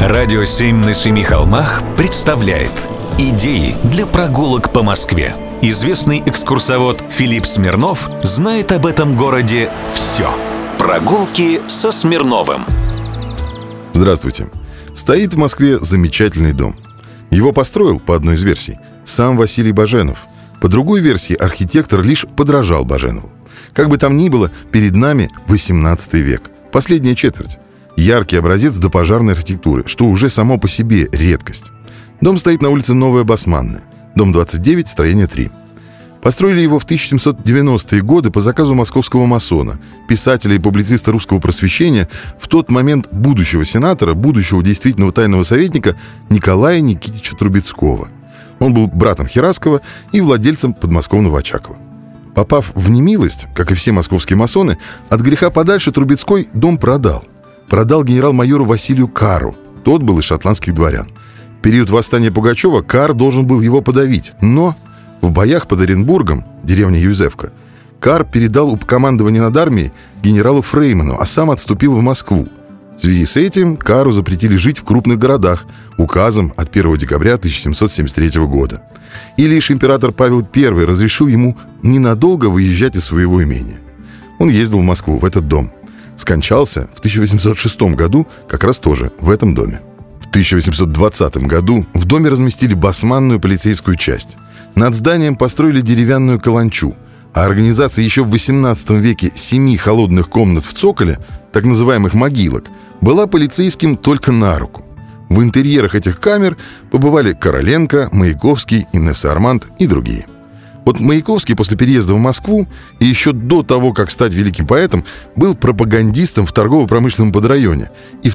Радио 7 на семи холмах представляет идеи для прогулок по Москве. Известный экскурсовод Филипп Смирнов знает об этом городе все. Прогулки со Смирновым. Здравствуйте. Стоит в Москве замечательный дом. Его построил, по одной из версий, сам Василий Баженов. По другой версии, архитектор лишь подражал Баженову. Как бы там ни было, перед нами 18 век, последняя четверть. Яркий образец допожарной архитектуры, что уже само по себе редкость. Дом стоит на улице Новая Басманная, дом 29, строение 3. Построили его в 1790-е годы по заказу московского масона, писателя и публициста русского просвещения, в тот момент будущего сенатора, будущего действительного тайного советника Николая Никитича Трубецкого. Он был братом Хераскова и владельцем подмосковного Очакова. Попав в немилость, как и все московские масоны, от греха подальше Трубецкой дом продал. Продал генерал-майору Василию Кару. Тот был из шотландских дворян. В период восстания Пугачева Кар должен был его подавить. Но в боях под Оренбургом, деревня Юзефка, Кар передал командование над армией генералу Фрейману, а сам отступил в Москву. В связи с этим Кару запретили жить в крупных городах указом от 1 декабря 1773 года. И лишь император Павел I разрешил ему ненадолго выезжать из своего имения. Он ездил в Москву, в этот дом. Скончался в 1806 году как раз тоже в этом доме. В 1820 году в доме разместили басманную полицейскую часть. Над зданием построили деревянную каланчу, а организация еще в 18 веке 7 холодных комнат в цоколе, так называемых могилок, была полицейским только на руку. В интерьерах этих камер побывали Короленко, Маяковский, Инесса Арманд и другие. Вот Маяковский после переезда в Москву и еще до того, как стать великим поэтом, был пропагандистом в торгово-промышленном подрайоне и в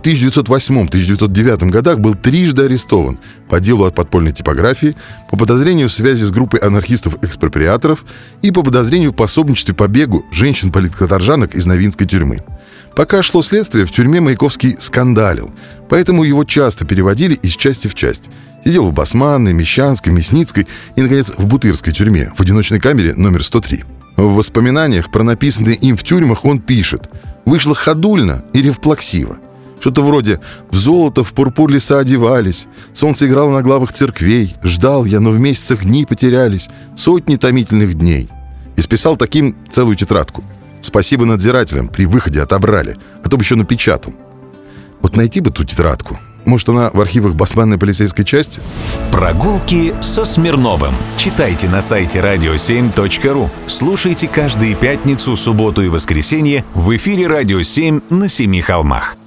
1908-1909 годах был трижды арестован по делу о подпольной типографии, по подозрению в связи с группой анархистов-экспроприаторов и по подозрению в пособничестве побегу женщин-политкаторжанок из Новинской тюрьмы. Пока шло следствие, в тюрьме Маяковский скандалил, поэтому его часто переводили из части в часть. Сидел в Басманной, Мещанской, Мясницкой и, наконец, в Бутырской тюрьме, в одиночной камере номер 103. В воспоминаниях про написанные им в тюрьмах он пишет: «Вышло ходульно и рефлексиво. Что-то вроде «в золото, в пурпур леса одевались, солнце играло на главах церквей, ждал я, но в месяцах дни потерялись, сотни томительных дней». И списал таким целую тетрадку. Спасибо надзирателям, при выходе отобрали, а то бы еще напечатал. Вот найти бы ту тетрадку. Может, она в архивах басманной полицейской части? Прогулки со Смирновым. Читайте на сайте radio7.ru. Слушайте каждые пятницу, субботу и воскресенье в эфире «Радио 7» на Семи холмах.